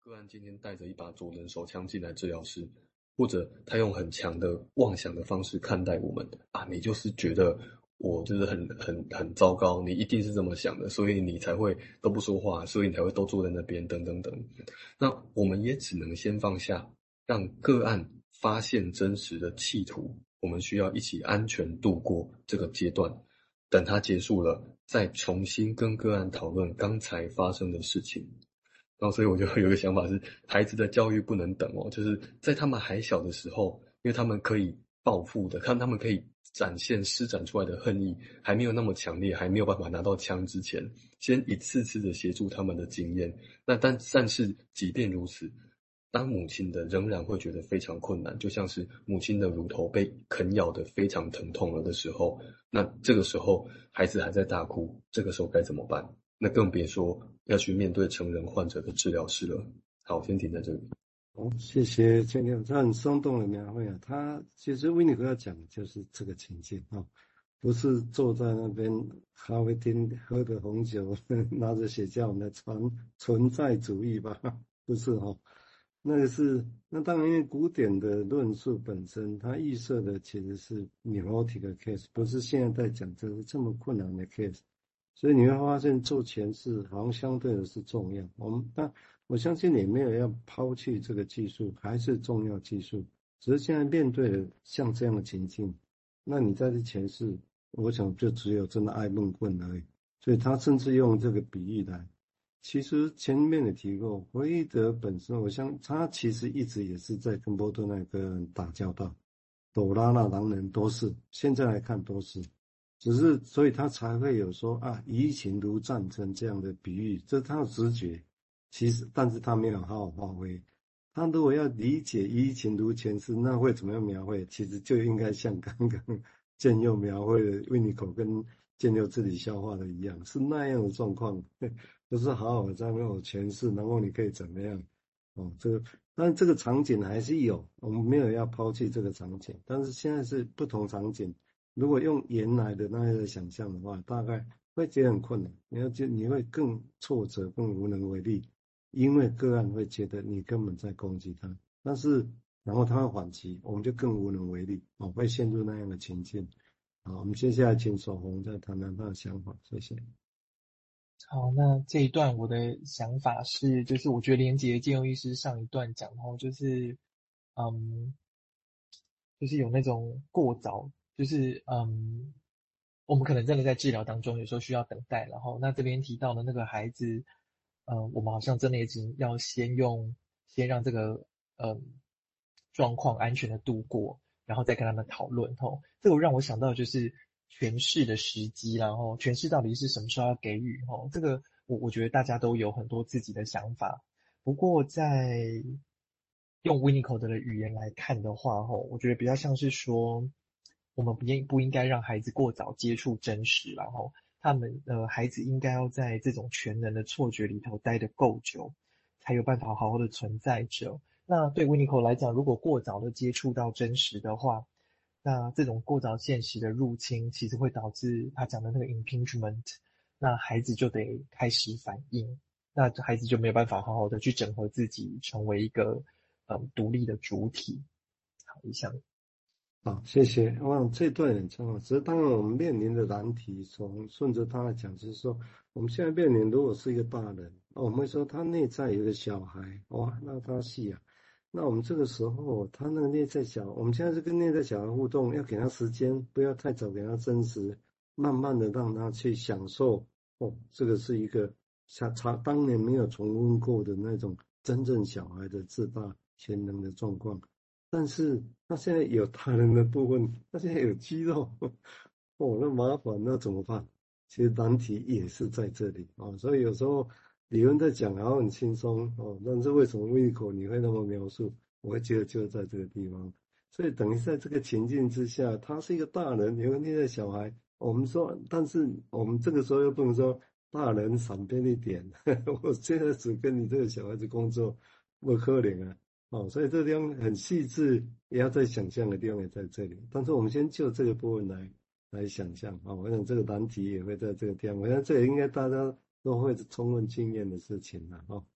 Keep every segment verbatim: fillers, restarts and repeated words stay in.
个案今天带着一把左轮手枪进来治疗室，或者他用很强的妄想的方式看待我们啊，你就是觉得我就是很很很糟糕，你一定是这么想的，所以你才会都不说话，所以你才会都坐在那边等等等。那我们也只能先放下，让个案发现真实的企图，我们需要一起安全度过这个阶段。等它结束了，再重新跟个案讨论刚才发生的事情。然后所以我就有一个想法是，孩子的教育不能等哦，就是在他们还小的时候，因为他们可以报复的，看他们可以展现施展出来的恨意还没有那么强烈，还没有办法拿到枪之前，先一次次的协助他们的经验。那但但是即便如此，当母亲的仍然会觉得非常困难，就像是母亲的乳头被啃咬得非常疼痛了的时候，那这个时候孩子还在大哭，这个时候该怎么办？那更别说要去面对成人患者的治疗师了。好，先停在这里。 好，谢谢建亮，他很生动的描绘啊。他其实维尼克要讲的就是这个情境啊，不是坐在那边咖啡厅喝着红酒，拿着写教我们的存存在主义吧？不是哈、哦，那个是那当然，因为古典的论述本身，它预设的其实是 neurotic case， 不是现在在讲这是这么困难的 case。所以你会发现做前事好像相对的是重要。我们但我相信你没有要抛弃这个技术，还是重要技术。只是现在面对了像这样的情境，那你在这前世，我想就只有真的爱梦棍而已。所以他甚至用这个比喻来，其实前面也提过，弗洛伊德本身，我想他其实一直也是在跟波顿那个人打交道，朵拉那狼人都是，现在来看都是。只是，所以他才会有说啊，移情如战争这样的比喻，这是他的直觉。其实，但是他没有好好发挥。他如果要理解移情如前世，那会怎么样描绘？其实就应该像刚刚建佑描绘的维尼口跟建佑自己消化的一样，是那样的状况，不是好好在那有诠释，然后你可以怎么样？哦，这个，但是这个场景还是有，我们没有要抛弃这个场景，但是现在是不同场景。如果用原来的那样的想象的话，大概会觉得很困难，你要就你会更挫折、更无能为力，因为个案会觉得你根本在攻击他，但是然后他会反击，我们就更无能为力，哦，会陷入那样的情境。好，我们接下来请守红再谈谈他的想法，谢谢。 好，那这一段我的想法是，就是我觉得连结建佑医师上一段讲哦，就是，嗯，就是有那种过早，就是嗯，我们可能真的在治疗当中，有时候需要等待，然后那这边提到的那个孩子，呃，我们好像真的也只要先用，先让这个呃状况安全的度过，然后再跟他们讨论吼。这个让我想到就是诠释的时机，然后诠释到底是什么时候要给予吼。这个我我觉得大家都有很多自己的想法，不过在用 Winnicott 的语言来看的话吼，我觉得比较像是说，我们不应不应该让孩子过早接触真实，然后他们呃孩子应该要在这种全能的错觉里头待得够久，才有办法好好的存在着。那对 Winnicott 来讲，如果过早的接触到真实的话，那这种过早现实的入侵，其实会导致他讲的那个 impingement，那孩子就得开始反应，那孩子就没有办法好好的去整合自己，成为一个嗯独立的主体。好，以上。 好，谢谢。我想这段很重要。只是当然我们面临的难题，从顺着他来讲，就是说，我们现在面临如果是一个大人，我们会说他内在有一个小孩，哇，那他细啊。那我们这个时候，他那个内在小，我们现在是跟内在小孩互动，要给他时间，不要太早给他真实，慢慢的让他去享受。哦，这个是一个像他当年没有重温过的那种真正小孩的自大潜能的状况。但是他现在有大人的部分，他现在有肌肉，哦，那麻烦那怎么办？其实难题也是在这里啊、哦，所以有时候理论在讲，然后很轻松哦，但是为什么胃口你会那么描述？我会觉得就在这个地方，所以等于在这个情境之下，他是一个大人，有个内在小孩。我们说，但是我们这个时候又不能说大人闪边一点，我现在只跟你这个小孩子工作，不可能啊。哦，所以这个地方很细致，也要在想象的地方也在这里。但是我们先就这个部分来来想象啊、哦，我想这个难题也会在这个地方。我想这也应该大家都会充分经验的事情了哦。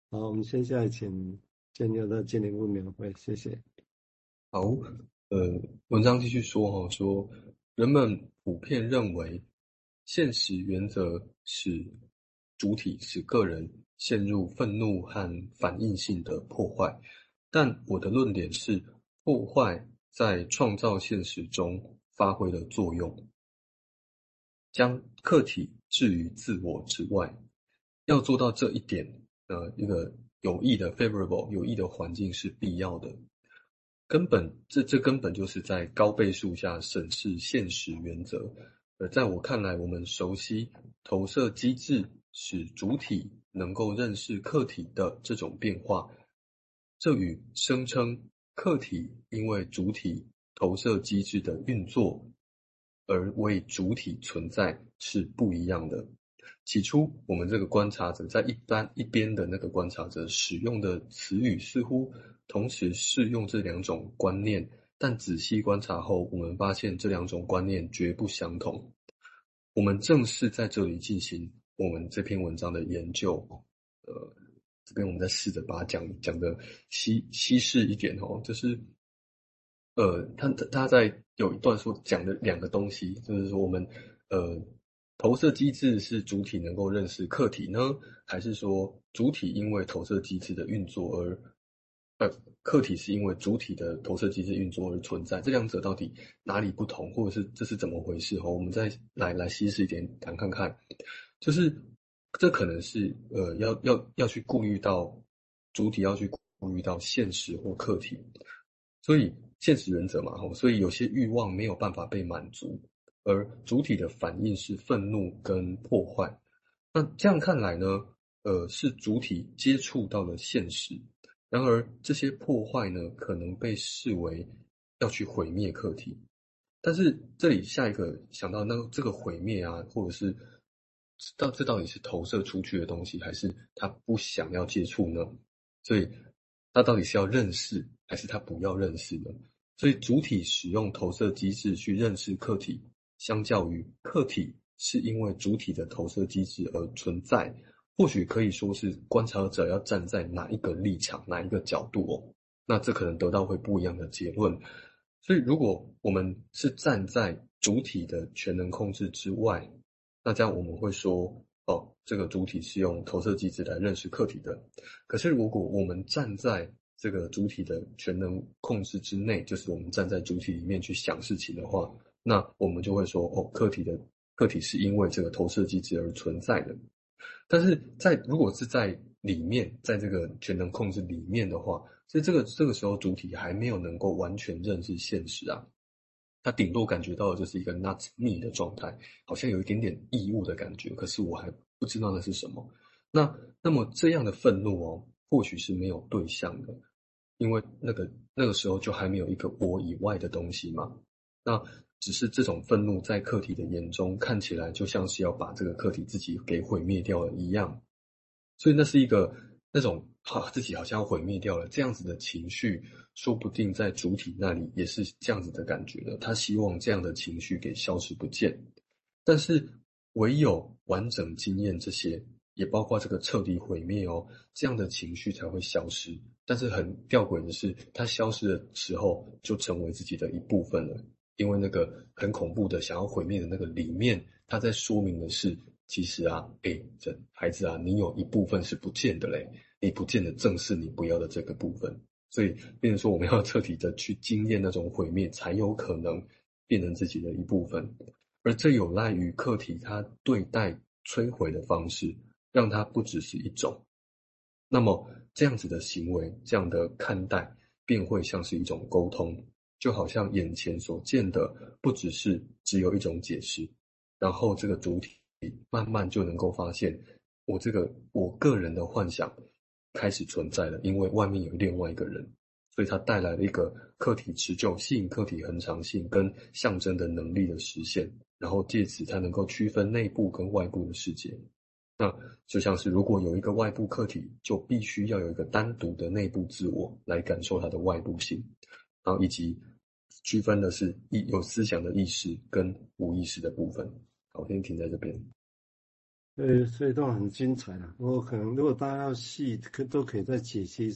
好，我们接下来请建佑的建立物描绘，谢谢。 好，呃，文章继续说哈、哦，说人们普遍认为现实原则使主体使个人陷入愤怒和反应性的破坏，但我的论点是，破坏在创造现实中发挥了作用，将客体置于自我之外。要做到这一点，呃，一个有益的 favorable 有益的环境是必要的。根本，这这根本就是在高倍数下审视现实原则。而在我看来，我们熟悉投射机制使主体能够认识客体的这种变化，这与声称客体因为主体投射机制的运作而为主体存在是不一样的。起初，我们这个观察者在一般一边的那个观察者使用的词语似乎同时适用这两种观念，但仔细观察后，我们发现这两种观念绝不相同。我们正是在这里进行我们这篇文章的研究。呃，这边我们再试着把它讲讲的稀稀释一点哦，就是呃，他他在有一段说讲的两个东西，就是说我们呃。投射机制是主体能够认识客体呢，还是说主体因为投射机制的运作而，呃，客体是因为主体的投射机制运作而存在？这两者到底哪里不同，或者是这是怎么回事？哦，我们再来来稀释一点谈看看，就是这可能是呃要要要去顾虑到主体要去顾虑到现实或客体，所以现实原则嘛，吼，所以有些欲望没有办法被满足。而主体的反应是愤怒跟破坏。那这样看来呢，呃，是主体接触到了现实，然而这些破坏呢，可能被视为要去毁灭客体。但是这里下一个想到，那这个毁灭啊，或者是到这到底是投射出去的东西，还是他不想要接触呢？所以他到底是要认识，还是他不要认识呢？所以主体使用投射机制去认识客体，相较于客体是因为主体的投射机制而存在，或许可以说是观察者要站在哪一个立场、哪一个角度哦，那这可能得到会不一样的结论。所以如果我们是站在主体的全能控制之外，那这样我们会说，哦，这个主体是用投射机制来认识客体的。可是如果我们站在这个主体的全能控制之内，就是我们站在主体里面去想事情的话，那我们就会说，哦，客体的客体是因为这个投射机制而存在的。但是在如果是在里面，在这个全能控制里面的话，所以这个这个时候主体还没有能够完全认识现实啊，他顶多感觉到的就是一个 not me 的状态，好像有一点点义务的感觉，可是我还不知道那是什么。那那么这样的愤怒哦，或许是没有对象的，因为那个那个时候就还没有一个我以外的东西嘛。那只是这种愤怒在客体的眼中看起来就像是要把这个客体自己给毁灭掉了一样，所以那是一个那种啊自己好像要毁灭掉了这样子的情绪，说不定在主体那里也是这样子的感觉的，他希望这样的情绪给消失不见。但是唯有完整经验这些，也包括这个彻底毁灭哦，这样的情绪才会消失。但是很吊诡的是，它消失的时候就成为自己的一部分了。因为那个很恐怖的想要毁灭的那个里面，它在说明的是，其实啊，诶，这孩子啊，你有一部分是不见的嘞，你不见的正是你不要的这个部分。所以变成说我们要彻底的去经验那种毁灭，才有可能变成自己的一部分。而这有赖于客体它对待摧毁的方式，让它不只是一种。那么这样子的行为，这样的看待，便会像是一种沟通，就好像眼前所见的不只是只有一种解释，然后这个主体慢慢就能够发现，我这个我个人的幻想开始存在了，因为外面有另外一个人，所以它带来了一个客体持久性、客体恒常性跟象征的能力的实现，然后借此它能够区分内部跟外部的世界。那就像是如果有一个外部客体，就必须要有一个单独的内部自我来感受它的外部性，然后以及区分的是有思想的意识跟无意识的部分。好，我先停在这边。 对，这一段很精彩了。我可能如果大家要细，可都可以再解析